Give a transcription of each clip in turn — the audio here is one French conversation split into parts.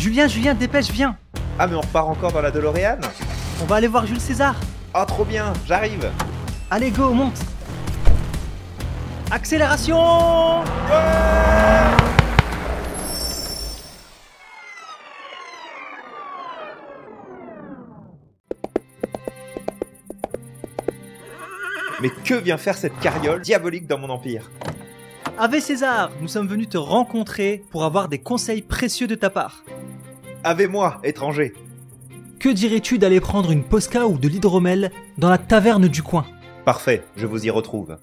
Julien, dépêche, viens. Ah, mais on repart encore dans la DeLorean? On va aller voir Jules César. Ah, trop bien, j'arrive. Allez, go, monte. Accélération. Mais que vient faire cette carriole diabolique dans mon empire? Ave César, nous sommes venus te rencontrer pour avoir des conseils précieux de ta part. Avez-moi, étranger. Que dirais-tu d'aller prendre une posca ou de l'hydromel dans la taverne du coin? Parfait, je vous y retrouve.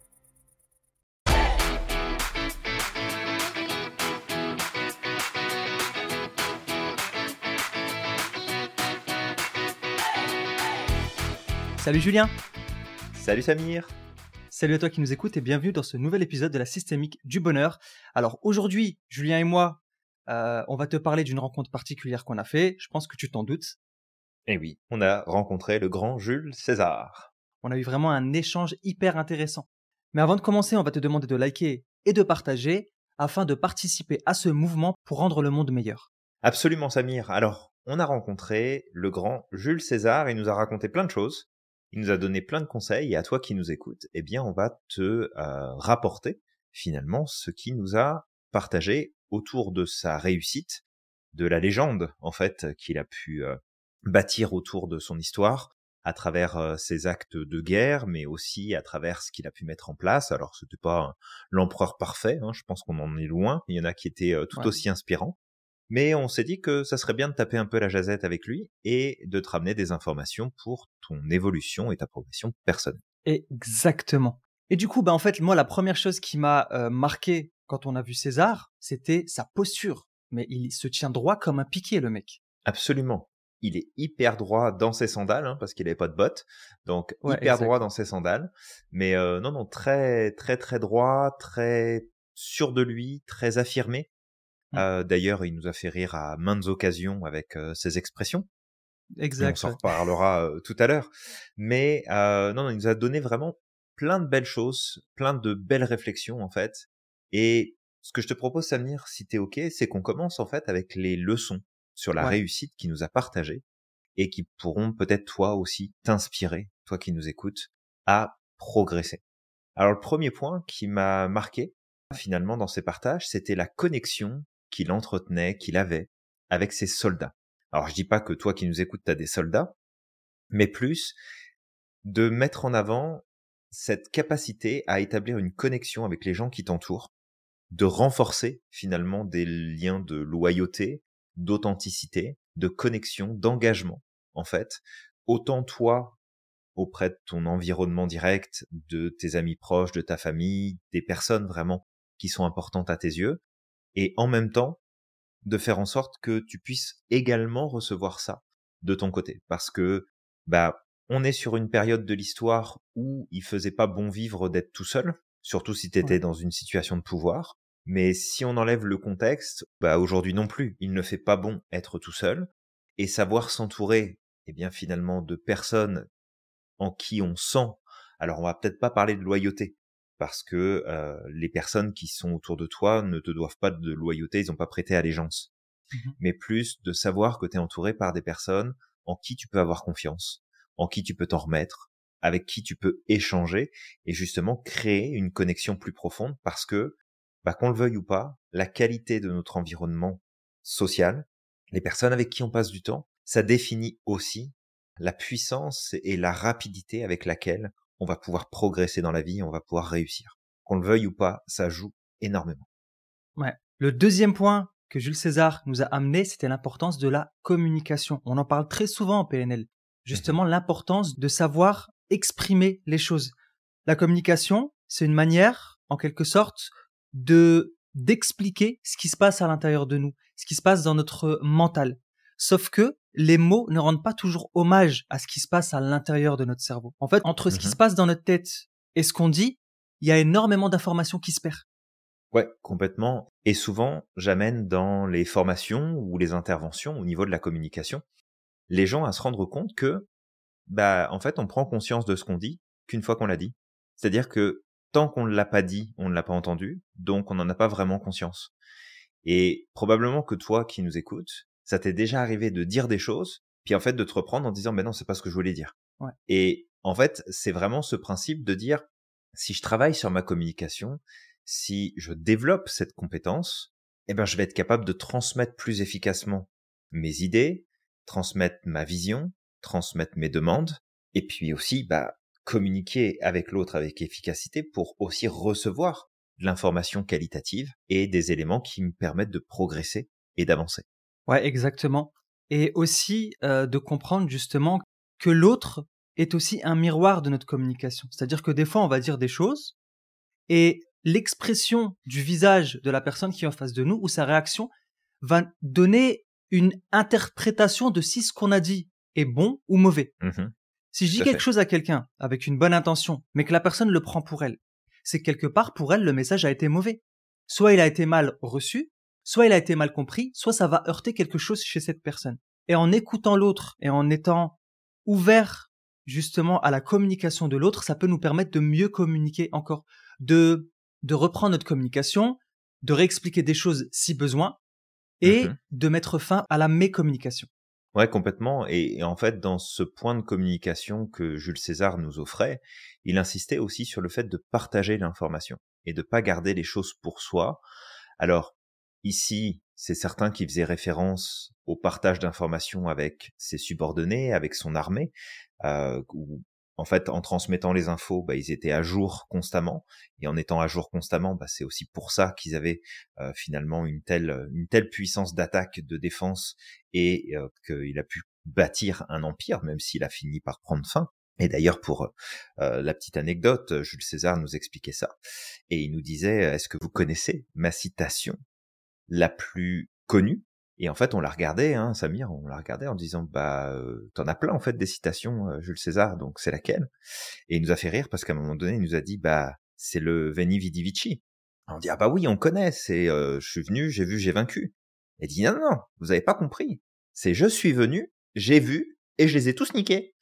Salut Julien. Salut Samir. Salut à toi qui nous écoutes et bienvenue dans ce nouvel épisode de la Systémique du Bonheur. Alors aujourd'hui, Julien et moi, on va te parler d'une rencontre particulière qu'on a fait. Je pense que tu t'en doutes. Eh oui, on a rencontré le grand Jules César. On a eu vraiment un échange hyper intéressant. Mais avant de commencer, on va te demander de liker et de partager afin de participer à ce mouvement pour rendre le monde meilleur. Absolument Samir. Alors, on a rencontré le grand Jules César, il nous a raconté plein de choses. Il nous a donné plein de conseils et à toi qui nous écoutes, eh bien, on va te rapporter finalement ce qu'il nous a partagé autour de sa réussite, de la légende en fait qu'il a pu bâtir autour de son histoire à travers ses actes de guerre, mais aussi à travers ce qu'il a pu mettre en place. Alors, c'était pas l'empereur parfait, hein, je pense qu'on en est loin. Il y en a qui étaient tout aussi inspirants. Mais on s'est dit que ça serait bien de taper un peu la jazette avec lui et de te ramener des informations pour ton évolution et ta progression personnelle. Exactement. Et du coup, en fait, moi, la première chose qui m'a marqué quand on a vu César, c'était sa posture. Mais il se tient droit comme un piquet, le mec. Absolument. Il est hyper droit dans ses sandales, hein, parce qu'il n'avait pas de bottes. Donc, hyper exact. droit dans ses sandales. Mais non, très, très, très droit, très sûr de lui, très affirmé. D'ailleurs, il nous a fait rire à maintes occasions avec ses expressions. Exact. On s'en reparlera tout à l'heure. Mais non, il nous a donné vraiment plein de belles choses, plein de belles réflexions en fait. Et ce que je te propose, Samir, si t'es OK, c'est qu'on commence en fait avec les leçons sur la réussite qu'il nous a partagées et qui pourront peut-être toi aussi t'inspirer, toi qui nous écoutes, à progresser. Alors le premier point qui m'a marqué finalement dans ses partages, c'était la connexion qu'il entretenait, qu'il avait avec ses soldats. Alors je dis pas que toi qui nous écoutes, t'as des soldats, mais plus de mettre en avant cette capacité à établir une connexion avec les gens qui t'entourent, de renforcer finalement des liens de loyauté, d'authenticité, de connexion, d'engagement en fait, autant toi auprès de ton environnement direct, de tes amis proches, de ta famille, des personnes vraiment qui sont importantes à tes yeux, et en même temps, de faire en sorte que tu puisses également recevoir ça de ton côté. Parce que, on est sur une période de l'histoire où il faisait pas bon vivre d'être tout seul, surtout si tu étais dans une situation de pouvoir. Mais si on enlève le contexte, aujourd'hui non plus, il ne fait pas bon être tout seul. Et savoir s'entourer, eh bien, finalement, de personnes en qui on sent, alors on va peut-être pas parler de loyauté, parce que les personnes qui sont autour de toi ne te doivent pas de loyauté, ils n'ont pas prêté allégeance, mais plus de savoir que tu es entouré par des personnes en qui tu peux avoir confiance, en qui tu peux t'en remettre, avec qui tu peux échanger et justement créer une connexion plus profonde parce que, qu'on le veuille ou pas, la qualité de notre environnement social, les personnes avec qui on passe du temps, ça définit aussi la puissance et la rapidité avec laquelle on va pouvoir progresser dans la vie, on va pouvoir réussir. Qu'on le veuille ou pas, ça joue énormément. Ouais. Le deuxième point que Jules César nous a amené, c'était l'importance de la communication. On en parle très souvent en PNL. Justement, l'importance de savoir exprimer les choses. La communication, c'est une manière, en quelque sorte, d'expliquer ce qui se passe à l'intérieur de nous, ce qui se passe dans notre mental. Sauf que les mots ne rendent pas toujours hommage à ce qui se passe à l'intérieur de notre cerveau. En fait, entre ce qui se passe dans notre tête et ce qu'on dit, il y a énormément d'informations qui se perdent. Ouais, complètement. Et souvent, j'amène dans les formations ou les interventions au niveau de la communication, les gens à se rendre compte que, en fait, on prend conscience de ce qu'on dit qu'une fois qu'on l'a dit. C'est-à-dire que tant qu'on ne l'a pas dit, on ne l'a pas entendu, donc on n'en a pas vraiment conscience. Et probablement que toi qui nous écoutes, Ça t'est déjà arrivé de dire des choses, puis en fait de te reprendre en disant: «Mais non, c'est pas ce que je voulais dire». Ouais. Et en fait, c'est vraiment ce principe de dire: «Si je travaille sur ma communication, si je développe cette compétence, eh ben, je vais être capable de transmettre plus efficacement mes idées, transmettre ma vision, transmettre mes demandes et puis aussi, communiquer avec l'autre avec efficacité pour aussi recevoir de l'information qualitative et des éléments qui me permettent de progresser et d'avancer». Ouais, exactement. Et aussi de comprendre justement que l'autre est aussi un miroir de notre communication. C'est-à-dire que des fois, on va dire des choses et l'expression du visage de la personne qui est en face de nous ou sa réaction va donner une interprétation de si ce qu'on a dit est bon ou mauvais. Mmh. Si je dis Tout à quelque fait. chose à quelqu'un avec une bonne intention, mais que la personne le prend pour elle, c'est que quelque part pour elle le message a été mauvais. Soit il a été mal reçu, soit il a été mal compris, soit ça va heurter quelque chose chez cette personne. Et en écoutant l'autre et en étant ouvert justement à la communication de l'autre, ça peut nous permettre de mieux communiquer encore, de, de reprendre notre communication, de réexpliquer des choses si besoin Mmh. et de mettre fin à la mécommunication. Ouais, complètement. Et en fait, dans ce point de communication que Jules César nous offrait, il insistait aussi sur le fait de partager l'information et de pas garder les choses pour soi. Alors, ici, c'est certain qu'il faisait référence au partage d'informations avec ses subordonnés, avec son armée, où, en fait, en transmettant les infos, ils étaient à jour constamment. Et en étant à jour constamment, c'est aussi pour ça qu'ils avaient finalement une telle puissance d'attaque, de défense, et qu'il a pu bâtir un empire, même s'il a fini par prendre fin. Et d'ailleurs, pour la petite anecdote, Jules César nous expliquait ça. Et il nous disait, est-ce que vous connaissez ma citation la plus connue? Et en fait, on l'a regardé, hein, Samir, on l'a regardé en disant, t'en as plein en fait des citations, Jules César, donc c'est laquelle? Et il nous a fait rire parce qu'à un moment donné, il nous a dit, c'est le Veni Vidi Vici. On dit, ah bah oui, on connaît, c'est je suis venu, j'ai vu, j'ai vaincu. Il dit, non, non, non, vous avez pas compris. C'est je suis venu, j'ai vu, et je les ai tous niqués.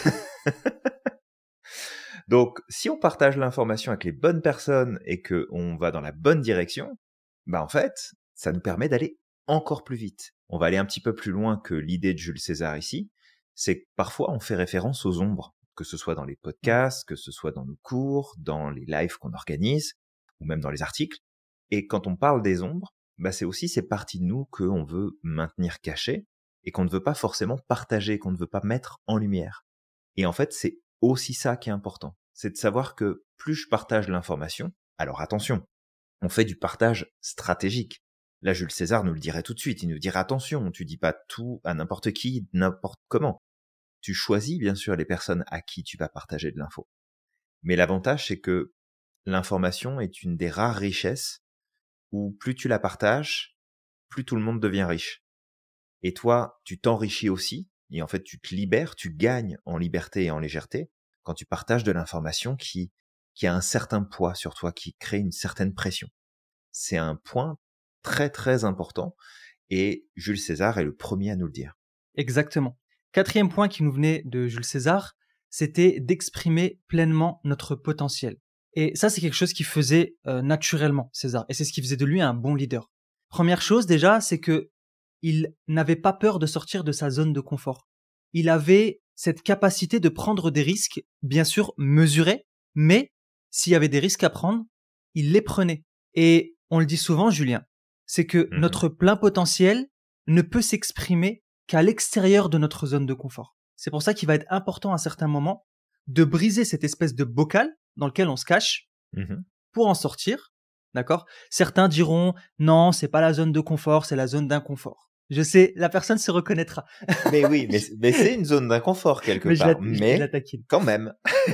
Donc, si on partage l'information avec les bonnes personnes et que on va dans la bonne direction, en fait, ça nous permet d'aller encore plus vite. On va aller un petit peu plus loin que l'idée de Jules César ici. C'est que parfois, on fait référence aux ombres, que ce soit dans les podcasts, que ce soit dans nos cours, dans les lives qu'on organise, ou même dans les articles. Et quand on parle des ombres, c'est aussi ces parties de nous qu'on veut maintenir cachées et qu'on ne veut pas forcément partager, qu'on ne veut pas mettre en lumière. Et en fait, c'est aussi ça qui est important. C'est de savoir que plus je partage l'information, alors attention, on fait du partage stratégique. Là, Jules César nous le dirait tout de suite. Il nous dirait attention, tu dis pas tout à n'importe qui, n'importe comment. Tu choisis bien sûr les personnes à qui tu vas partager de l'info. Mais l'avantage, c'est que l'information est une des rares richesses où plus tu la partages, plus tout le monde devient riche. Et toi, tu t'enrichis aussi, et en fait, tu te libères, tu gagnes en liberté et en légèreté quand tu partages de l'information qui a un certain poids sur toi, qui crée une certaine pression. C'est un point très très important, et Jules César est le premier à nous le dire. Exactement. Quatrième point qui nous venait de Jules César, c'était d'exprimer pleinement notre potentiel. Et ça, c'est quelque chose qui faisait naturellement César. Et c'est ce qui faisait de lui un bon leader. Première chose déjà, c'est que il n'avait pas peur de sortir de sa zone de confort. Il avait cette capacité de prendre des risques, bien sûr mesurés, mais s'il y avait des risques à prendre, il les prenait. Et on le dit souvent, Julien, c'est que Mhm. notre plein potentiel ne peut s'exprimer qu'à l'extérieur de notre zone de confort. C'est pour ça qu'il va être important à certains moments de briser cette espèce de bocal dans lequel on se cache Mhm. pour en sortir. D'accord? Certains diront non, c'est pas la zone de confort, c'est la zone d'inconfort. Je sais, la personne se reconnaîtra. Mais oui, mais c'est une zone d'inconfort quelque Mais part, je la mais taquine. quand même.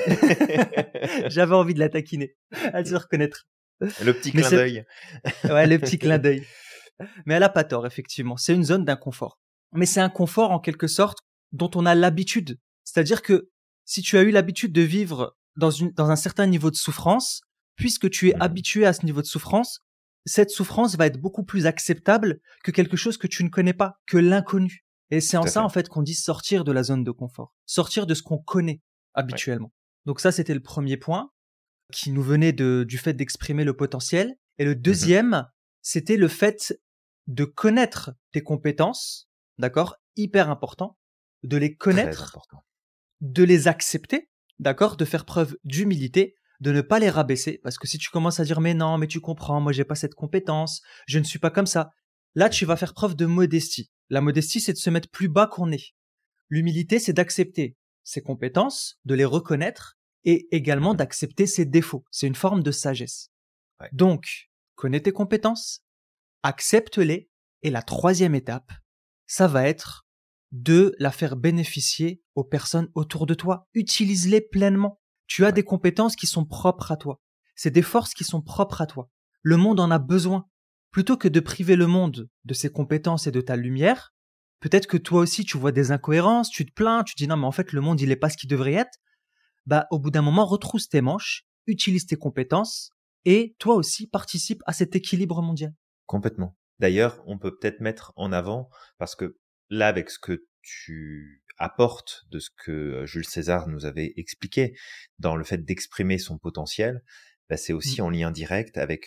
J'avais envie de la taquiner. Elle se reconnaîtra. Le petit Mais clin c'est, d'œil. ouais, le petit clin d'œil. Mais elle a pas tort, effectivement. C'est une zone d'inconfort. Mais c'est un confort, en quelque sorte, dont on a l'habitude. C'est-à-dire que si tu as eu l'habitude de vivre dans un certain niveau de souffrance, puisque tu es Mhm. habitué à ce niveau de souffrance, cette souffrance va être beaucoup plus acceptable que quelque chose que tu ne connais pas, que l'inconnu. Et c'est en Tout à ça, en fait. fait, qu'on dit sortir de la zone de confort. Sortir de ce qu'on connaît Ouais. habituellement. Donc ça, c'était le premier point qui nous venait du fait d'exprimer le potentiel. Et le Mhm. deuxième, c'était le fait de connaître tes compétences d'accord? Hyper important de les Très connaître, important. de les accepter, d'accord? De faire preuve d'humilité, de ne pas les rabaisser. Parce que si tu commences à dire, mais non, mais tu comprends, moi, j'ai pas cette compétence, je ne suis pas comme ça. Là, tu vas Mmh. faire preuve de modestie. La modestie, c'est de se mettre plus bas qu'on est. L'humilité, c'est d'accepter ses compétences, de les reconnaître et également Mmh. d'accepter ses défauts. C'est une forme de sagesse. Ouais, Donc, connais tes compétences, accepte-les. Et la troisième étape, ça va être de la faire bénéficier aux personnes autour de toi. Utilise-les pleinement. Tu as ouais. des compétences qui sont propres à toi. C'est des forces qui sont propres à toi. Le monde en a besoin. Plutôt que de priver le monde de ses compétences et de ta lumière, peut-être que toi aussi tu vois des incohérences, tu te plains, tu dis non mais en fait le monde il est pas ce qu'il devrait être. Bah au bout d'un moment retrousse tes manches, utilise tes compétences et toi aussi participe à cet équilibre mondial. Complètement. D'ailleurs, on peut peut-être mettre en avant, parce que là, avec ce que tu apportes de ce que Jules César nous avait expliqué dans le fait d'exprimer son potentiel, bah, c'est Mm. aussi en lien direct avec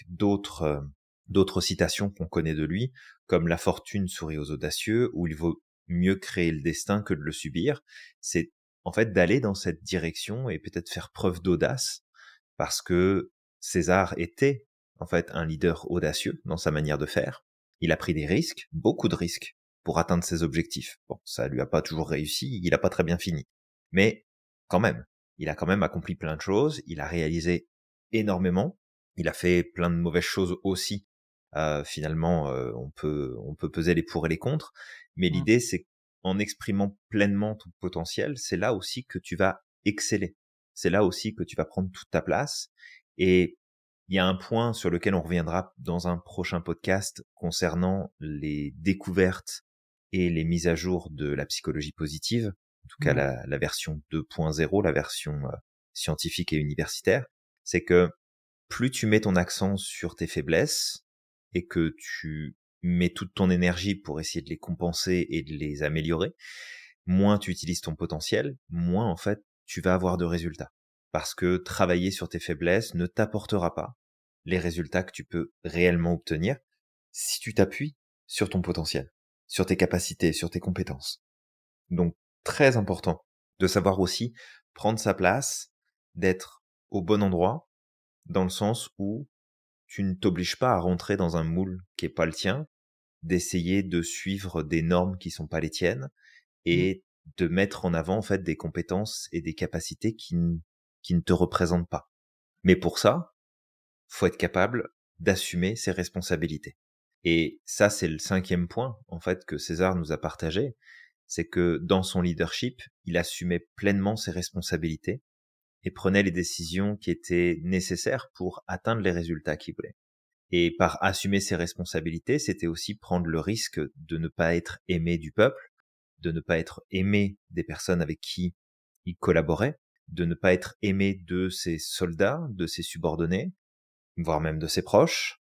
d'autres citations qu'on connaît de lui, comme la fortune sourit aux audacieux, où il vaut mieux créer le destin que de le subir. C'est en fait d'aller dans cette direction et peut-être faire preuve d'audace, parce que César était en fait un leader audacieux dans sa manière de faire. Il a pris des risques, beaucoup de risques, pour atteindre ses objectifs. Bon, ça lui a pas toujours réussi, il a pas très bien fini. Mais quand même, il a quand même accompli plein de choses, il a réalisé énormément, il a fait plein de mauvaises choses aussi. Finalement, on peut peser les pour et les contre, mais Mm. l'idée c'est qu'en exprimant pleinement ton potentiel, c'est là aussi que tu vas exceller. C'est là aussi que tu vas prendre toute ta place. Et il y a un point sur lequel on reviendra dans un prochain podcast concernant les découvertes et les mises à jour de la psychologie positive, en tout cas Ouais. la version 2.0, la version scientifique et universitaire. C'est que plus tu mets ton accent sur tes faiblesses et que tu mets toute ton énergie pour essayer de les compenser et de les améliorer, moins tu utilises ton potentiel, moins en fait tu vas avoir de résultats. Parce que travailler sur tes faiblesses ne t'apportera pas les résultats que tu peux réellement obtenir si tu t'appuies sur ton potentiel, sur tes capacités, sur tes compétences. Donc très important de savoir aussi prendre sa place, d'être au bon endroit, dans le sens où tu ne t'obliges pas à rentrer dans un moule qui est pas le tien, d'essayer de suivre des normes qui sont pas les tiennes Mm. et de mettre en avant en fait des compétences et des capacités qui ne te représentent pas. Mais pour ça, faut être capable d'assumer ses responsabilités. Et ça, c'est le cinquième point en fait que César nous a partagé, c'est que dans son leadership, il assumait pleinement ses responsabilités et prenait les décisions qui étaient nécessaires pour atteindre les résultats qu'il voulait. Et par assumer ses responsabilités, c'était aussi prendre le risque de ne pas être aimé du peuple, de ne pas être aimé des personnes avec qui il collaborait, de ne pas être aimé de ses soldats, de ses subordonnés, voire même de ses proches.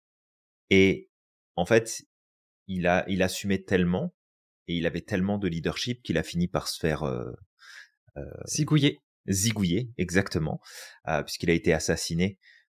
Et en fait, il assumait tellement et il avait tellement de leadership qu'il a fini par se faire Zigouiller. zigouiller, exactement, puisqu'il a été assassiné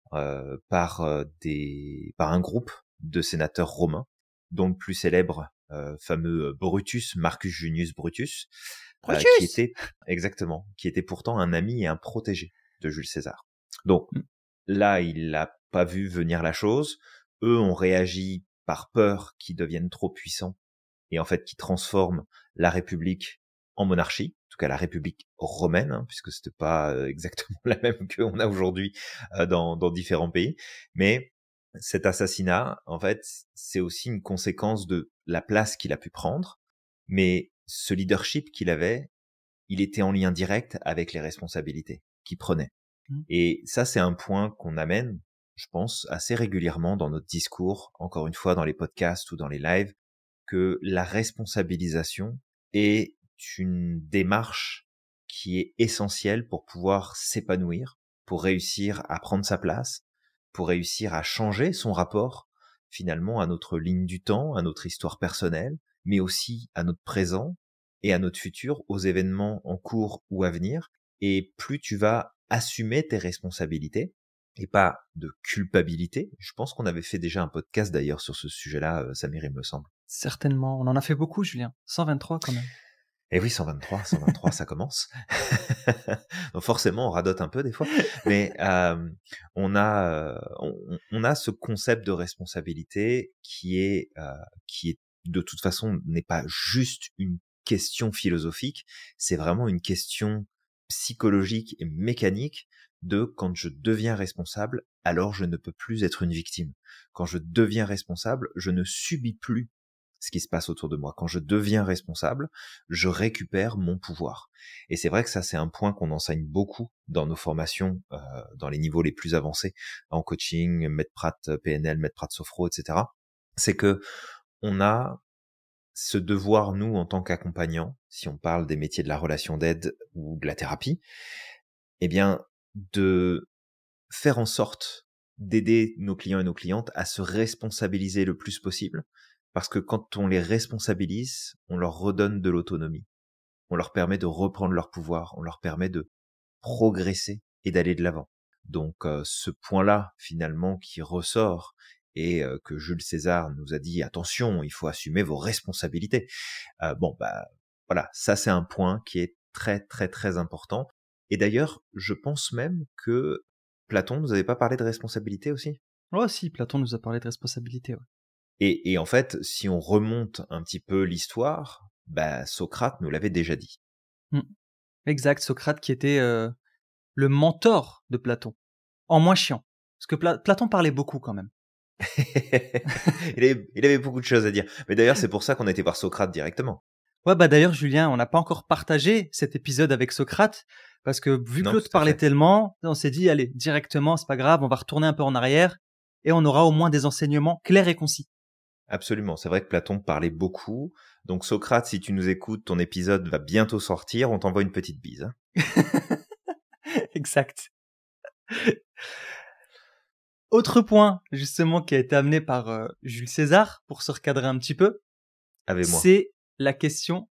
par un groupe de sénateurs romains, dont le plus célèbre, fameux Brutus, Marcus Junius Brutus, qui Brutus. était qui était pourtant un ami et un protégé de Jules César. Donc Mm. là, il n'a pas vu venir la chose. Eux ont réagi par peur qu'ils deviennent trop puissants et en fait qui transforment la République en monarchie, en tout cas la République romaine, hein, puisque c'était pas exactement la même qu'on a aujourd'hui dans différents pays. Mais cet assassinat, en fait, c'est aussi une conséquence de la place qu'il a pu prendre, mais ce leadership qu'il avait, il était en lien direct avec les responsabilités qu'il prenait. Mm. Et ça, c'est un point qu'on amène, je pense, assez régulièrement dans notre discours, encore une fois dans les podcasts ou dans les lives, que la responsabilisation est une démarche qui est essentielle pour pouvoir s'épanouir, pour réussir à prendre sa place, pour réussir à changer son rapport finalement à notre ligne du temps, à notre histoire personnelle, mais aussi à notre présent et à notre futur, aux événements en cours ou à venir. Et plus tu vas assumer tes responsabilités, et pas de culpabilité. Je pense qu'on avait fait déjà un podcast d'ailleurs sur ce sujet-là, Samir, il me semble. Certainement. On en a fait beaucoup, Julien. 123 quand même. Et oui, 123, ça commence. Donc forcément, on radote un peu des fois, mais on a ce concept de responsabilité qui est de toute façon n'est pas juste une question philosophique, c'est vraiment une question psychologique et mécanique de quand je deviens responsable, alors je ne peux plus être une victime. Quand je deviens responsable, je ne subis plus ce qui se passe autour de moi. Quand je deviens responsable, je récupère mon pouvoir. Et c'est vrai que ça, c'est un point qu'on enseigne beaucoup dans nos formations, dans les niveaux les plus avancés, en coaching, Maître Pratt PNL, Maître Pratt Sophro, etc. C'est que on a ce devoir, nous, en tant qu'accompagnants, si on parle des métiers de la relation d'aide ou de la thérapie, eh bien, de faire en sorte d'aider nos clients et nos clientes à se responsabiliser le plus possible, parce que quand on les responsabilise, on leur redonne de l'autonomie, on leur permet de reprendre leur pouvoir, on leur permet de progresser et d'aller de l'avant. Donc ce point-là, finalement, qui ressort et que Jules César nous a dit, attention, il faut assumer vos responsabilités. Voilà, ça c'est un point qui est très très très important. Et d'ailleurs, je pense même que Platon nous avait pas parlé de responsabilité aussi. Oh si, Platon nous a parlé de responsabilité. Ouais. Et en fait, si on remonte un petit peu l'histoire, Socrate nous l'avait déjà dit. Exact, Socrate qui était le mentor de Platon. En moins chiant. Parce que Platon parlait beaucoup quand même. il avait beaucoup de choses à dire. Mais d'ailleurs, c'est pour ça qu'on a été voir Socrate directement. Ouais, d'ailleurs, Julien, on n'a pas encore partagé cet épisode avec Socrate, parce que vu que l'autre parlait tellement, on s'est dit, allez, directement, c'est pas grave, on va retourner un peu en arrière, et on aura au moins des enseignements clairs et concis. Absolument, c'est vrai que Platon parlait beaucoup. Donc Socrate, si tu nous écoutes, ton épisode va bientôt sortir, on t'envoie une petite bise. Exact. Autre point, justement, qui a été amené par Jules César, pour se recadrer un petit peu, c'est la question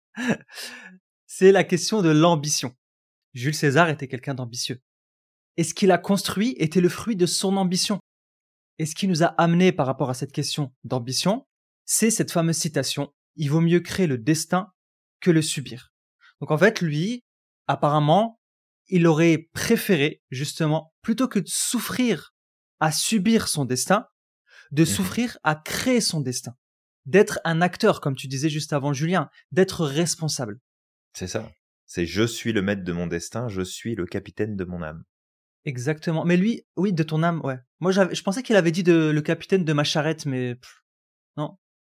de l'ambition. Jules César était quelqu'un d'ambitieux. Et ce qu'il a construit était le fruit de son ambition. Et ce qui nous a amené par rapport à cette question d'ambition, c'est cette fameuse citation « Il vaut mieux créer le destin que le subir ». Donc en fait, lui, apparemment, il aurait préféré, justement, plutôt que de souffrir à subir son destin, de souffrir à créer son destin. D'être un acteur, comme tu disais juste avant, Julien, d'être responsable. C'est ça. C'est « je suis le maître de mon destin, je suis le capitaine de mon âme ». Exactement. Mais lui, oui, de ton âme, ouais. Moi, je pensais qu'il avait dit le capitaine de ma charrette, mais non.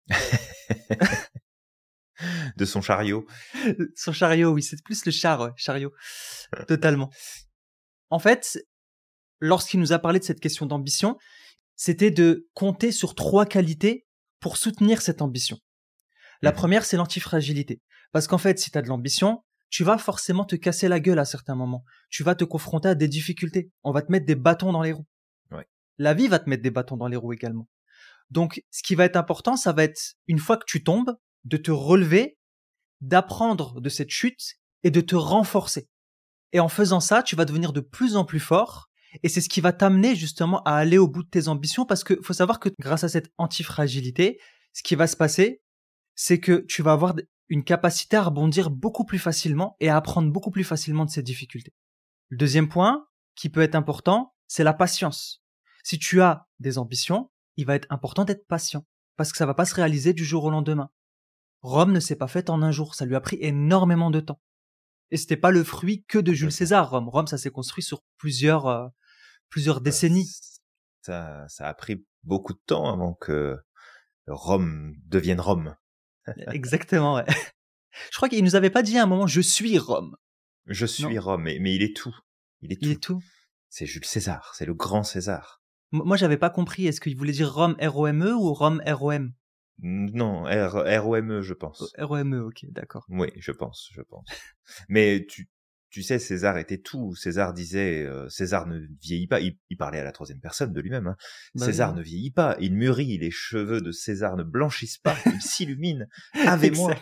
De son chariot. Son chariot, oui, c'est plus le chariot. Totalement. En fait, lorsqu'il nous a parlé de cette question d'ambition, c'était de compter sur 3 qualités pour soutenir cette ambition. La première, c'est l'antifragilité. Parce qu'en fait, si tu as de l'ambition, tu vas forcément te casser la gueule à certains moments. Tu vas te confronter à des difficultés. On va te mettre des bâtons dans les roues. Ouais. La vie va te mettre des bâtons dans les roues également. Donc, ce qui va être important, ça va être, une fois que tu tombes, de te relever, d'apprendre de cette chute et de te renforcer. Et en faisant ça, tu vas devenir de plus en plus fort. Et c'est ce qui va t'amener justement à aller au bout de tes ambitions, parce que faut savoir que grâce à cette antifragilité, ce qui va se passer, c'est que tu vas avoir une capacité à rebondir beaucoup plus facilement et à apprendre beaucoup plus facilement de ces difficultés. Le deuxième point, qui peut être important, c'est la patience. Si tu as des ambitions, il va être important d'être patient, parce que ça va pas se réaliser du jour au lendemain. Rome ne s'est pas faite en un jour, ça lui a pris énormément de temps. Et c'était pas le fruit que de Jules César, Rome. Rome, ça s'est construit sur plusieurs décennies. Ça a pris beaucoup de temps avant que Rome devienne Rome. Exactement, ouais. Je crois qu'il nous avait pas dit à un moment « je suis Rome ». Je suis Rome, mais il est tout. Il est tout. C'est Jules César, c'est le grand César. Moi, j'avais pas compris. Est-ce qu'il voulait dire Rome R-O-M-E ou Rome R-O-M? Non, R-O-M-E, je pense. R-O-M-E, ok, d'accord. Oui, je pense. Mais tu sais, César était tout. César disait, César ne vieillit pas. Il parlait à la troisième personne de lui-même. Hein. César ne vieillit pas. Il mûrit. Les cheveux de César ne blanchissent pas. Il s'illumine. Avez-moi.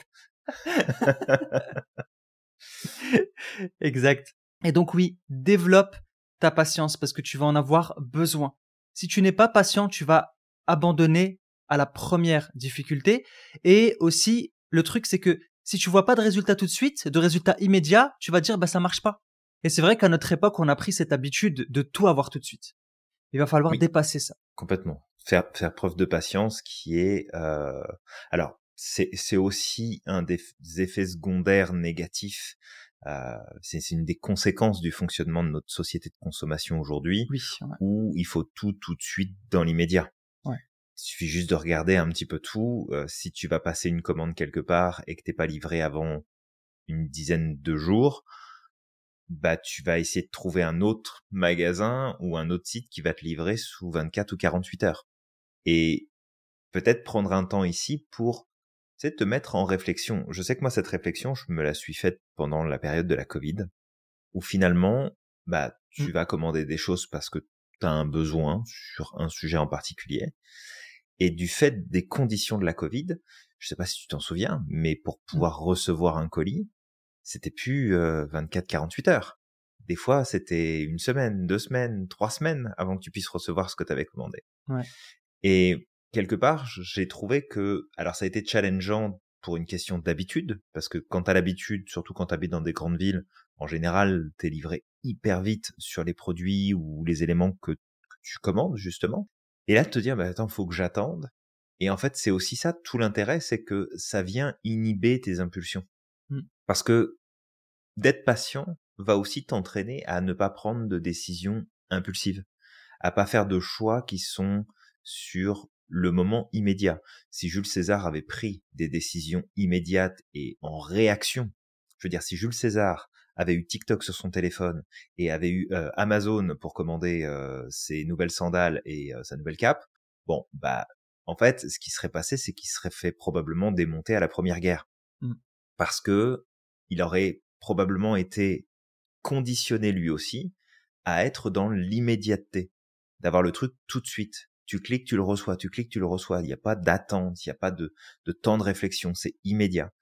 Exact. Et donc oui, développe ta patience parce que tu vas en avoir besoin. Si tu n'es pas patient, tu vas abandonner à la première difficulté. Et aussi, le truc, c'est que si tu vois pas de résultat tout de suite, de résultat immédiat, tu vas te dire, bah, ça marche pas. Et c'est vrai qu'à notre époque, on a pris cette habitude de tout avoir tout de suite. Il va falloir Oui, dépasser ça. complètement. Faire preuve de patience qui est... alors, c'est aussi un des effets secondaires négatifs. C'est une des conséquences du fonctionnement de notre société de consommation aujourd'hui, Oui, ouais. où il faut tout de suite dans l'immédiat. Ouais. Il suffit juste de regarder un petit peu tout. Si tu vas passer une commande quelque part et que t'es pas livré avant une dizaine de jours, bah tu vas essayer de trouver un autre magasin ou un autre site qui va te livrer sous 24 ou 48 heures. Et peut-être prendre un temps ici pour, tu sais, te mettre en réflexion. Je sais que moi, cette réflexion, je me la suis faite pendant la période de la Covid, où finalement, bah, Mm. tu vas commander des choses parce que tu as un besoin sur un sujet en particulier. Et du fait des conditions de la Covid, je sais pas si tu t'en souviens, mais pour Mm. pouvoir recevoir un colis, c'était plus 24-48 heures. Des fois, c'était une semaine, 2 semaines, 3 semaines avant que tu puisses recevoir ce que tu avais commandé. Ouais. Et quelque part, j'ai trouvé que, alors ça a été challengeant pour une question d'habitude, parce que quand t'as l'habitude, surtout quand t'habites dans des grandes villes, en général, t'es livré hyper vite sur les produits ou les éléments que tu commandes, justement. Et là, de te dire, bah attends, faut que j'attende. Et en fait, c'est aussi ça, tout l'intérêt, c'est que ça vient inhiber tes impulsions. Mm. Parce que d'être patient va aussi t'entraîner à ne pas prendre de décisions impulsives, à pas faire de choix qui sont sur le moment immédiat. Si Jules César avait pris des décisions immédiates et en réaction, je veux dire, si Jules César avait eu TikTok sur son téléphone et avait eu Amazon pour commander ses nouvelles sandales et sa nouvelle cape, bon, bah, en fait, ce qui serait passé, c'est qu'il serait fait probablement démonter à la Première Guerre. Mm. Parce que il aurait probablement été conditionné lui aussi à être dans l'immédiateté, d'avoir le truc tout de suite. Tu cliques, tu le reçois, tu cliques, tu le reçois. Il n'y a pas d'attente, il n'y a pas de temps de réflexion, c'est immédiat.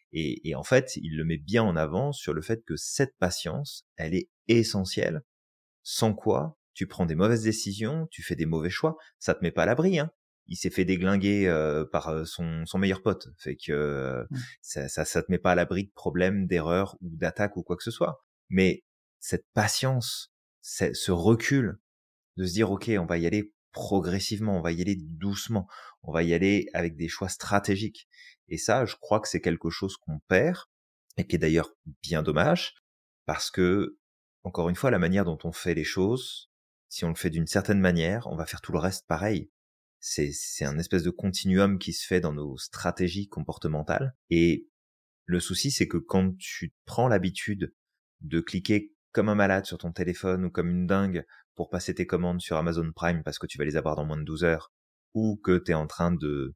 Et en fait, il le met bien en avant sur le fait que cette patience, elle est essentielle. Sans quoi, tu prends des mauvaises décisions, tu fais des mauvais choix, ça te met pas à l'abri, hein. Il s'est fait déglinguer par son meilleur pote, fait que Mm. ça te met pas à l'abri de problèmes, d'erreurs ou d'attaques ou quoi que ce soit. Mais cette patience, ce recul de se dire ok, on va y aller progressivement, on va y aller doucement, on va y aller avec des choix stratégiques. Et ça, je crois que c'est quelque chose qu'on perd et qui est d'ailleurs bien dommage parce que encore une fois, la manière dont on fait les choses, si on le fait d'une certaine manière, on va faire tout le reste pareil. C'est un espèce de continuum qui se fait dans nos stratégies comportementales. Et le souci, c'est que quand tu prends l'habitude de cliquer comme un malade sur ton téléphone ou comme une dingue pour passer tes commandes sur Amazon Prime parce que tu vas les avoir dans moins de 12 heures, ou que tu es en train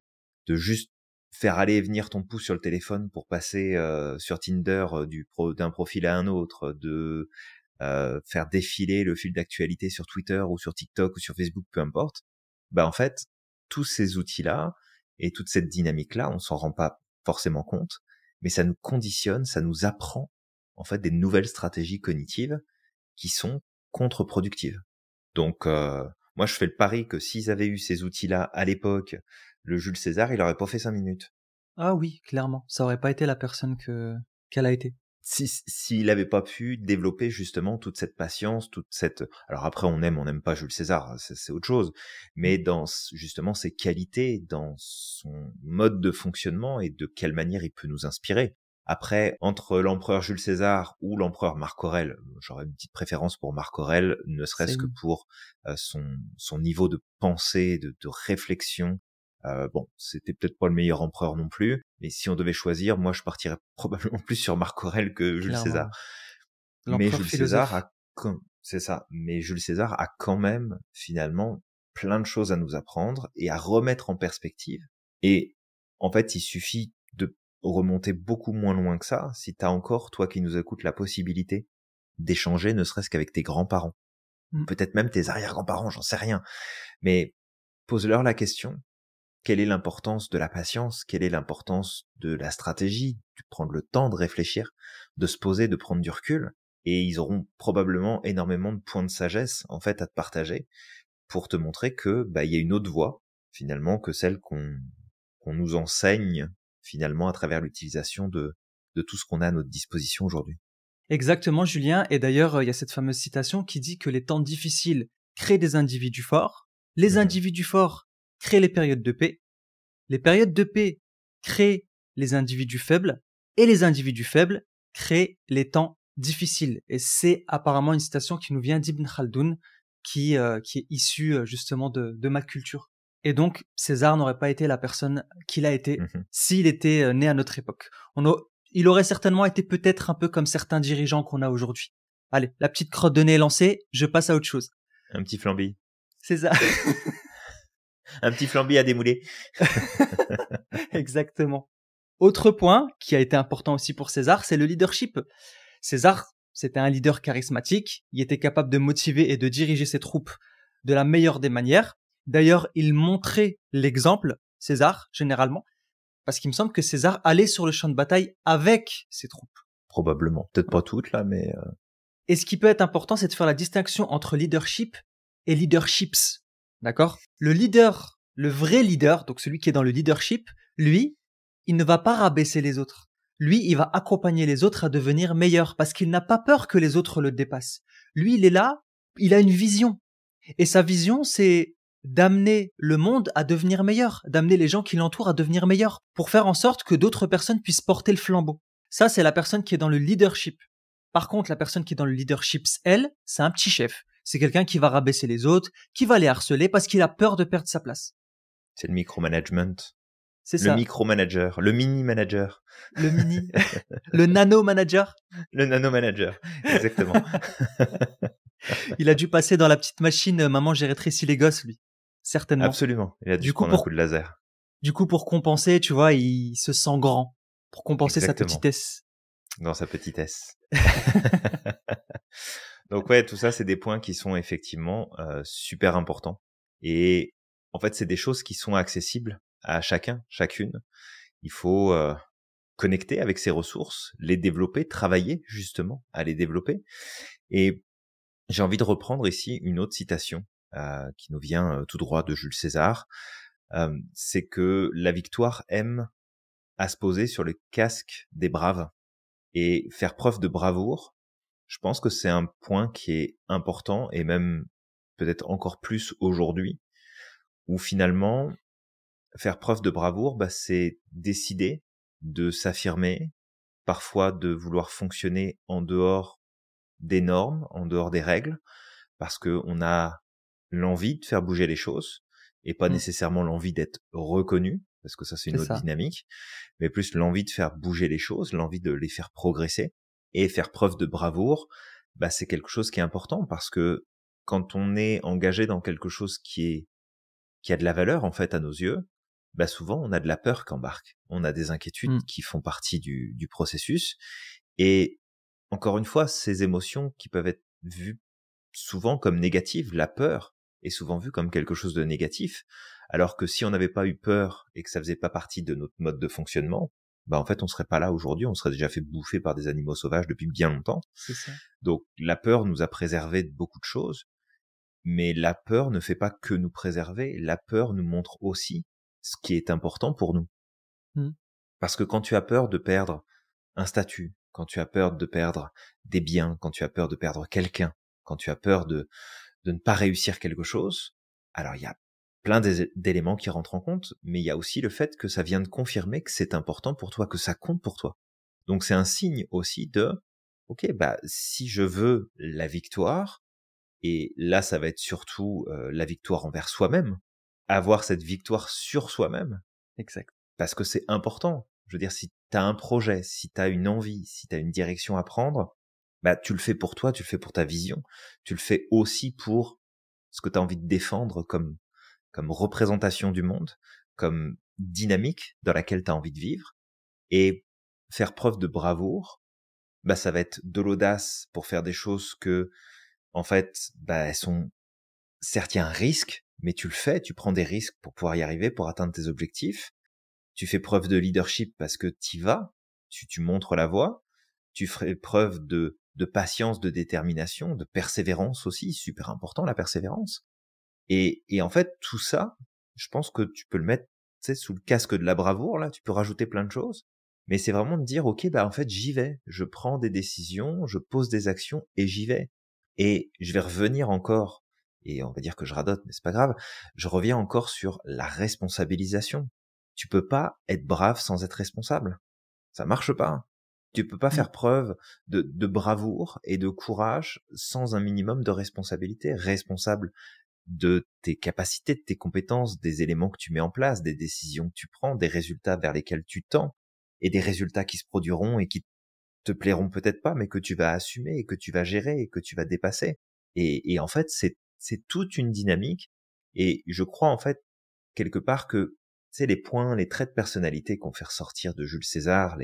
de juste faire aller et venir ton pouce sur le téléphone pour passer sur Tinder d'un profil à un autre, de faire défiler le fil d'actualité sur Twitter ou sur TikTok ou sur Facebook, peu importe, bah en fait, tous ces outils-là et toute cette dynamique-là, on s'en rend pas forcément compte, mais ça nous conditionne, ça nous apprend en fait des nouvelles stratégies cognitives qui sont contre-productives. Donc moi je fais le pari que s'ils avaient eu ces outils-là à l'époque, le Jules César, il aurait pas fait 5 minutes. Ah oui, clairement. Ça aurait pas été la personne qu'elle a été. S'il avait pas pu développer justement toute cette patience, toute cette... Alors après, on n'aime pas Jules César, c'est autre chose. Mm. Mais dans justement ses qualités, dans son mode de fonctionnement et de quelle manière il peut nous inspirer. Après, entre l'empereur Jules César ou l'empereur Marc Aurèle, j'aurais une petite préférence pour Marc Aurèle, ne serait-ce que Same. pour son niveau de pensée, de réflexion. Bon, c'était peut-être pas le meilleur empereur non plus, mais si on devait choisir, moi je partirais probablement plus sur Marc Aurèle que Jules Clairement, César. ouais. Mais L'empereur Jules César philosophe. a c'est ça. Mais Jules César a quand même finalement plein de choses à nous apprendre et à remettre en perspective. Et en fait, il suffit de remonter beaucoup moins loin que ça. Si t'as encore, toi qui nous écoutes, la possibilité d'échanger, ne serait-ce qu'avec tes grands-parents, Mm. peut-être même tes arrière-grands-parents, j'en sais rien. Mais pose-leur la question. Quelle est l'importance de la patience? Quelle est l'importance de la stratégie? De prendre le temps de réfléchir, de se poser, de prendre du recul. et ils auront probablement énormément de points de sagesse en fait à te partager pour te montrer que il y a une autre voie finalement que celle qu'on nous enseigne finalement à travers l'utilisation de tout ce qu'on a à notre disposition aujourd'hui. Exactement, Julien. Et d'ailleurs, il y a cette fameuse citation qui dit que les temps difficiles créent des individus forts, les individus forts créent les périodes de paix, les périodes de paix créent les individus faibles, et les individus faibles créent les temps difficiles. Et c'est apparemment une citation qui nous vient d'Ibn Khaldoun, qui est issue justement de ma culture. Et donc, César n'aurait pas été la personne qu'il a été s'il était né à notre époque. Il aurait certainement été peut-être un peu comme certains dirigeants qu'on a aujourd'hui. Allez, la petite crotte de nez est lancée, je passe à autre chose. Un petit flambi. C'est ça. Un petit flambi à démouler. Exactement. Autre point qui a été important aussi pour César, c'est le leadership. César, c'était un leader charismatique, il était capable de motiver et de diriger ses troupes de la meilleure des manières. D'ailleurs, il montrait l'exemple, César, généralement, parce qu'il me semble que César allait sur le champ de bataille avec ses troupes. Probablement. Peut-être pas toutes, là, mais... Et ce qui peut être important, c'est de faire la distinction entre leadership et leaderships. D'accord ? Le leader, le vrai leader, donc celui qui est dans le leadership, lui, il ne va pas rabaisser les autres. Lui, il va accompagner les autres à devenir meilleurs parce qu'il n'a pas peur que les autres le dépassent. Lui, il est là, il a une vision. Et sa vision, c'est d'amener le monde à devenir meilleur, d'amener les gens qui l'entourent à devenir meilleurs, pour faire en sorte que d'autres personnes puissent porter le flambeau. Ça, c'est la personne qui est dans le leadership. Par contre, la personne qui est dans le leadership, elle, c'est un petit chef. C'est quelqu'un qui va rabaisser les autres, qui va les harceler parce qu'il a peur de perdre sa place. C'est le micromanagement. C'est ça. Le micromanager, le mini-manager. Le mini, le nano-manager. Le nano-manager, exactement. Il a dû passer dans la petite machine « Maman, j'ai rétréci les gosses », lui. Certainement. Absolument. Il a dû prendre un coup de laser. Du coup, pour compenser, tu vois, il se sent grand. Pour compenser sa petitesse. Dans sa petitesse. Donc ouais, tout ça, c'est des points qui sont effectivement super importants. Et en fait, c'est des choses qui sont accessibles à chacun, chacune. Il faut connecter avec ses ressources, les développer, travailler justement à les développer. Et j'ai envie de reprendre ici une autre citation qui nous vient tout droit de Jules César. C'est que la victoire aime à se poser sur le casque des braves et faire preuve de bravoure. Je pense que c'est un point qui est important et même peut-être encore plus aujourd'hui, où finalement faire preuve de bravoure, c'est décider de s'affirmer, parfois de vouloir fonctionner en dehors des normes, en dehors des règles, parce que on a l'envie de faire bouger les choses et pas nécessairement l'envie d'être reconnu, parce que ça c'est une autre dynamique, mais plus l'envie de faire bouger les choses, l'envie de les faire progresser et faire preuve de bravoure, c'est quelque chose qui est important parce que quand on est engagé dans quelque chose qui a de la valeur en fait à nos yeux, souvent on a de la peur qu'embarque, on a des inquiétudes qui font partie du processus et encore une fois, ces émotions qui peuvent être vues souvent comme négatives, la peur est souvent vue comme quelque chose de négatif, alors que si on n'avait pas eu peur et que ça faisait pas partie de notre mode de fonctionnement, en fait on serait pas là aujourd'hui, on serait déjà fait bouffer par des animaux sauvages depuis bien longtemps. C'est ça. Donc la peur nous a préservé de beaucoup de choses, mais la peur ne fait pas que nous préserver, la peur nous montre aussi ce qui est important pour nous. Parce que quand tu as peur de perdre un statut, quand tu as peur de perdre des biens, quand tu as peur de perdre quelqu'un, quand tu as peur de ne pas réussir quelque chose, alors il y a plein d'éléments qui rentrent en compte, mais il y a aussi le fait que ça vient de confirmer que c'est important pour toi, que ça compte pour toi. Donc c'est un signe aussi de, ok, si je veux la victoire, et là ça va être surtout la victoire envers soi-même, avoir cette victoire sur soi-même, exact. Parce que c'est important. Je veux dire, si tu as un projet, si tu as une envie, si tu as une direction à prendre, tu le fais pour toi, tu le fais pour ta vision, tu le fais aussi pour ce que tu as envie de défendre comme représentation du monde, comme dynamique dans laquelle tu as envie de vivre. Et faire preuve de bravoure, ça va être de l'audace pour faire des choses que, en fait, elles sont, certes, il y a un risque, mais tu le fais, tu prends des risques pour pouvoir y arriver, pour atteindre tes objectifs. Tu fais preuve de leadership parce que t'y vas, tu montres la voie, tu ferais preuve de de patience, de détermination, de persévérance aussi, super important la persévérance. Et en fait, tout ça, je pense que tu peux le mettre, tu sais, sous le casque de la bravoure, là, tu peux rajouter plein de choses. Mais c'est vraiment de dire, OK, bah, en fait, j'y vais. Je prends des décisions, je pose des actions et j'y vais. Et je vais revenir encore, et on va dire que je radote, mais c'est pas grave, je reviens encore sur la responsabilisation. Tu peux pas être brave sans être responsable. Ça marche pas. Tu peux pas Mm. faire preuve de bravoure et de courage sans un minimum de responsabilité. Responsable de tes capacités, de tes compétences, des éléments que tu mets en place, des décisions que tu prends, des résultats vers lesquels tu tends, et des résultats qui se produiront et qui te plairont peut-être pas, mais que tu vas assumer et que tu vas gérer et que tu vas dépasser. Et en fait, c'est toute une dynamique. Et je crois en fait quelque part que c'est les points, les traits de personnalité qu'on fait ressortir de Jules César,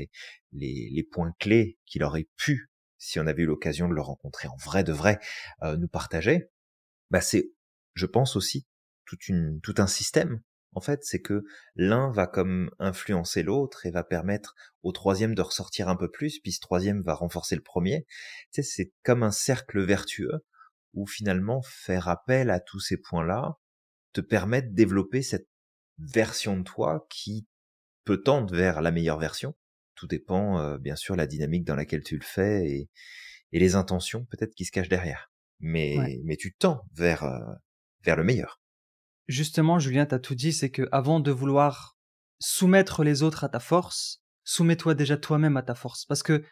les points clés qu'il aurait pu, si on avait eu l'occasion de le rencontrer en vrai de vrai, nous partager. Bah c'est, je pense aussi, tout un système. En fait, c'est que l'un va comme influencer l'autre et va permettre au troisième de ressortir un peu plus, puis ce troisième va renforcer le premier. Tu sais, c'est comme un cercle vertueux où finalement faire appel à tous ces points-là te permet de développer cette version de toi qui peut tendre vers la meilleure version. Tout dépend, bien sûr, la dynamique dans laquelle tu le fais et les intentions peut-être qui se cachent derrière. Ouais. Mais tu tends vers le meilleur. Justement, Julien, t'as tout dit, c'est que avant de vouloir soumettre les autres à ta force, soumets-toi déjà toi-même à ta force. Parce que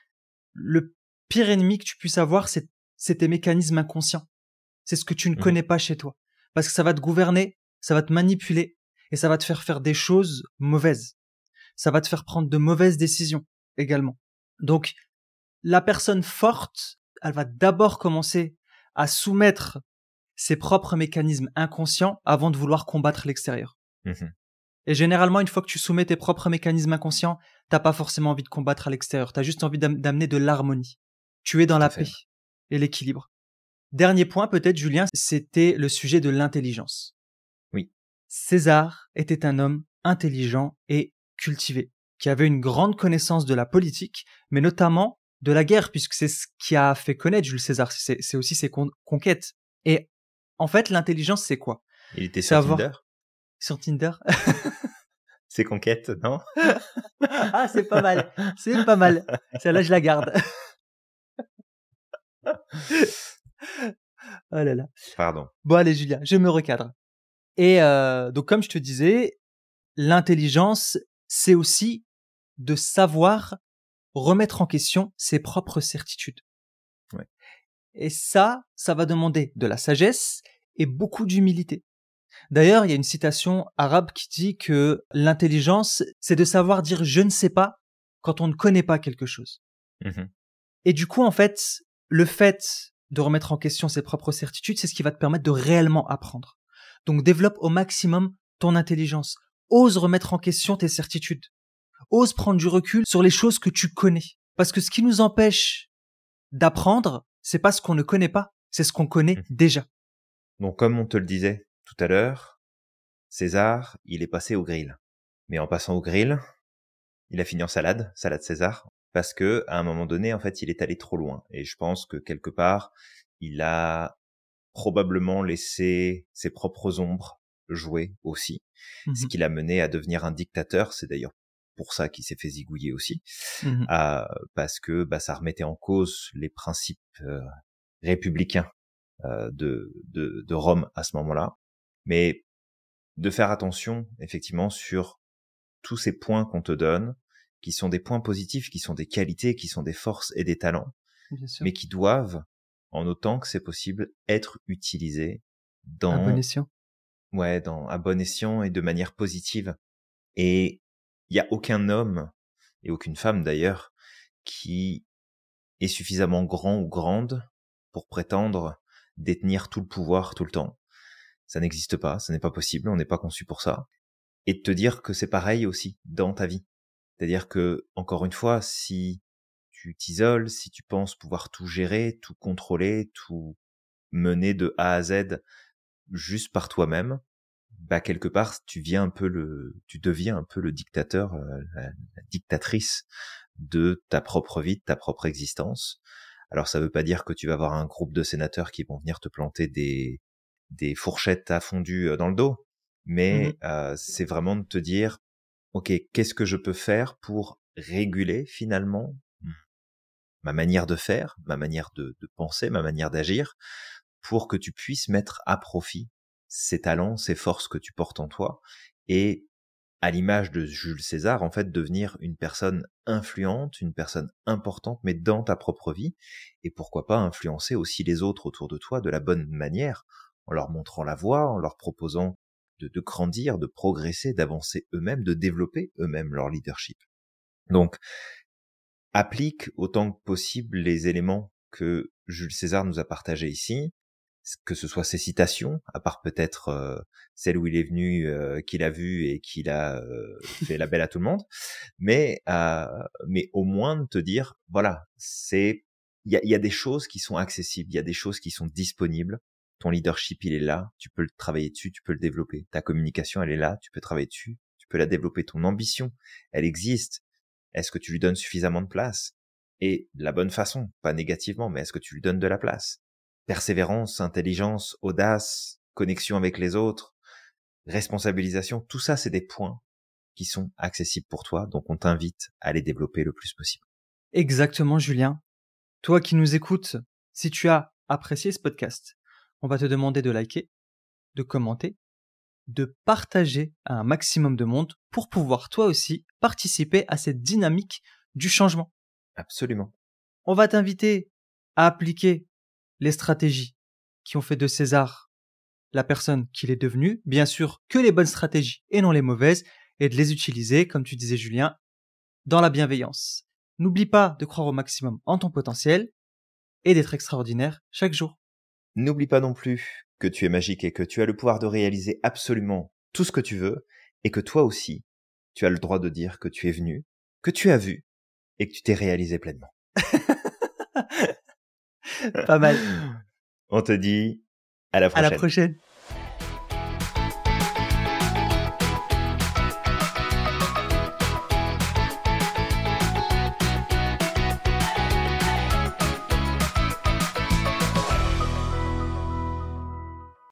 le pire ennemi que tu puisses avoir, c'est tes mécanismes inconscients. C'est ce que tu ne Mmh. connais pas chez toi. Parce que ça va te gouverner, ça va te manipuler, et ça va te faire des choses mauvaises. Ça va te faire prendre de mauvaises décisions également. Donc, la personne forte, elle va d'abord commencer à soumettre ses propres mécanismes inconscients avant de vouloir combattre l'extérieur. Mmh. Et généralement, une fois que tu soumets tes propres mécanismes inconscients, t'as pas forcément envie de combattre à l'extérieur. T'as juste envie d'amener de l'harmonie. Tu es dans Tout la à fait. paix et l'équilibre. Dernier point, peut-être, Julien, c'était le sujet de l'intelligence. Oui. César était un homme intelligent et cultivé, qui avait une grande connaissance de la politique, mais notamment de la guerre, puisque c'est ce qui a fait connaître Jules César, c'est aussi ses conquêtes. Et en fait, l'intelligence, c'est quoi? Il était C'est sur avoir Tinder? sur Tinder. Ses conquêtes, non? Ah, c'est pas mal, c'est pas mal. Celle-là, je la garde. Oh là là. Pardon. Bon, allez, Julien, je me recadre. Et donc, comme je te disais, l'intelligence, c'est aussi de savoir remettre en question ses propres certitudes. Ouais. Et ça va demander de la sagesse et beaucoup d'humilité. D'ailleurs, il y a une citation arabe qui dit que l'intelligence, c'est de savoir dire je ne sais pas quand on ne connaît pas quelque chose. Mmh. Et du coup, en fait, le fait de remettre en question ses propres certitudes, c'est ce qui va te permettre de réellement apprendre. Donc, développe au maximum ton intelligence. Ose remettre en question tes certitudes. Ose prendre du recul sur les choses que tu connais. Parce que ce qui nous empêche d'apprendre, c'est pas ce qu'on ne connaît pas, c'est ce qu'on connaît Mmh. déjà. Donc comme on te le disait tout à l'heure, César, il est passé au grill. Mais en passant au grill, il a fini en salade, salade César, parce que à un moment donné, en fait, il est allé trop loin. Et je pense que quelque part, il a probablement laissé ses propres ombres jouer aussi, ce Mhm, qui l'a mené à devenir un dictateur. C'est d'ailleurs pour ça qu'il s'est fait zigouiller aussi, mhm, parce que bah, ça remettait en cause les principes républicains de Rome à ce moment-là. Mais de faire attention effectivement sur tous ces points qu'on te donne, qui sont des points positifs, qui sont des qualités, qui sont des forces et des talents, bien sûr. mais qui doivent, en autant que c'est possible, être utilisés À bon dans, escient. ouais, à bon escient et de manière positive. Et il y a aucun homme, et aucune femme d'ailleurs, qui est suffisamment grand ou grande pour prétendre détenir tout le pouvoir tout le temps. Ça n'existe pas, ça n'est pas possible, on n'est pas conçu pour ça. Et de te dire que c'est pareil aussi dans ta vie. C'est-à-dire que, encore une fois, si tu t'isoles, si tu penses pouvoir tout gérer, tout contrôler, tout mener de A à Z juste par toi-même, bah quelque part tu deviens un peu le dictateur, la dictatrice de ta propre vie, de ta propre existence, Alors ça veut pas dire que tu vas avoir un groupe de sénateurs qui vont venir te planter des fourchettes à fondu dans le dos, Mmh. mais c'est vraiment de te dire, ok, qu'est-ce que je peux faire pour réguler finalement ma manière de faire, ma manière de penser, ma manière d'agir, pour que tu puisses mettre à profit ces talents, ces forces que tu portes en toi, et à l'image de Jules César, en fait, devenir une personne influente, une personne importante, mais dans ta propre vie, et pourquoi pas influencer aussi les autres autour de toi de la bonne manière, en leur montrant la voie, en leur proposant de grandir, de progresser, d'avancer eux-mêmes, de développer eux-mêmes leur leadership. Donc, applique autant que possible les éléments que Jules César nous a partagés ici, que ce soit ses citations, à part peut-être celle où il est venu, qu'il a vu et qu'il a fait la belle à tout le monde, mais au moins de te dire, voilà, il y a des choses qui sont accessibles, il y a des choses qui sont disponibles. Ton leadership, il est là, tu peux le travailler dessus, tu peux le développer. Ta communication, elle est là, tu peux travailler dessus, tu peux la développer. Ton ambition, elle existe. Est-ce que tu lui donnes suffisamment de place? Et de la bonne façon, pas négativement, mais est-ce que tu lui donnes de la place? Persévérance, intelligence, audace, connexion avec les autres, responsabilisation, tout ça, c'est des points qui sont accessibles pour toi, donc on t'invite à les développer le plus possible. Exactement, Julien. Toi qui nous écoutes, si tu as apprécié ce podcast, on va te demander de liker, de commenter, de partager à un maximum de monde pour pouvoir toi aussi participer à cette dynamique du changement. Absolument. On va t'inviter à appliquer les stratégies qui ont fait de César la personne qu'il est devenu, bien sûr que les bonnes stratégies et non les mauvaises, et de les utiliser, comme tu disais Julien, dans la bienveillance. N'oublie pas de croire au maximum en ton potentiel et d'être extraordinaire chaque jour. N'oublie pas non plus que tu es magique et que tu as le pouvoir de réaliser absolument tout ce que tu veux et que toi aussi, tu as le droit de dire que tu es venu, que tu as vu et que tu t'es réalisé pleinement. Pas mal. On te dit à la À la prochaine. prochaine.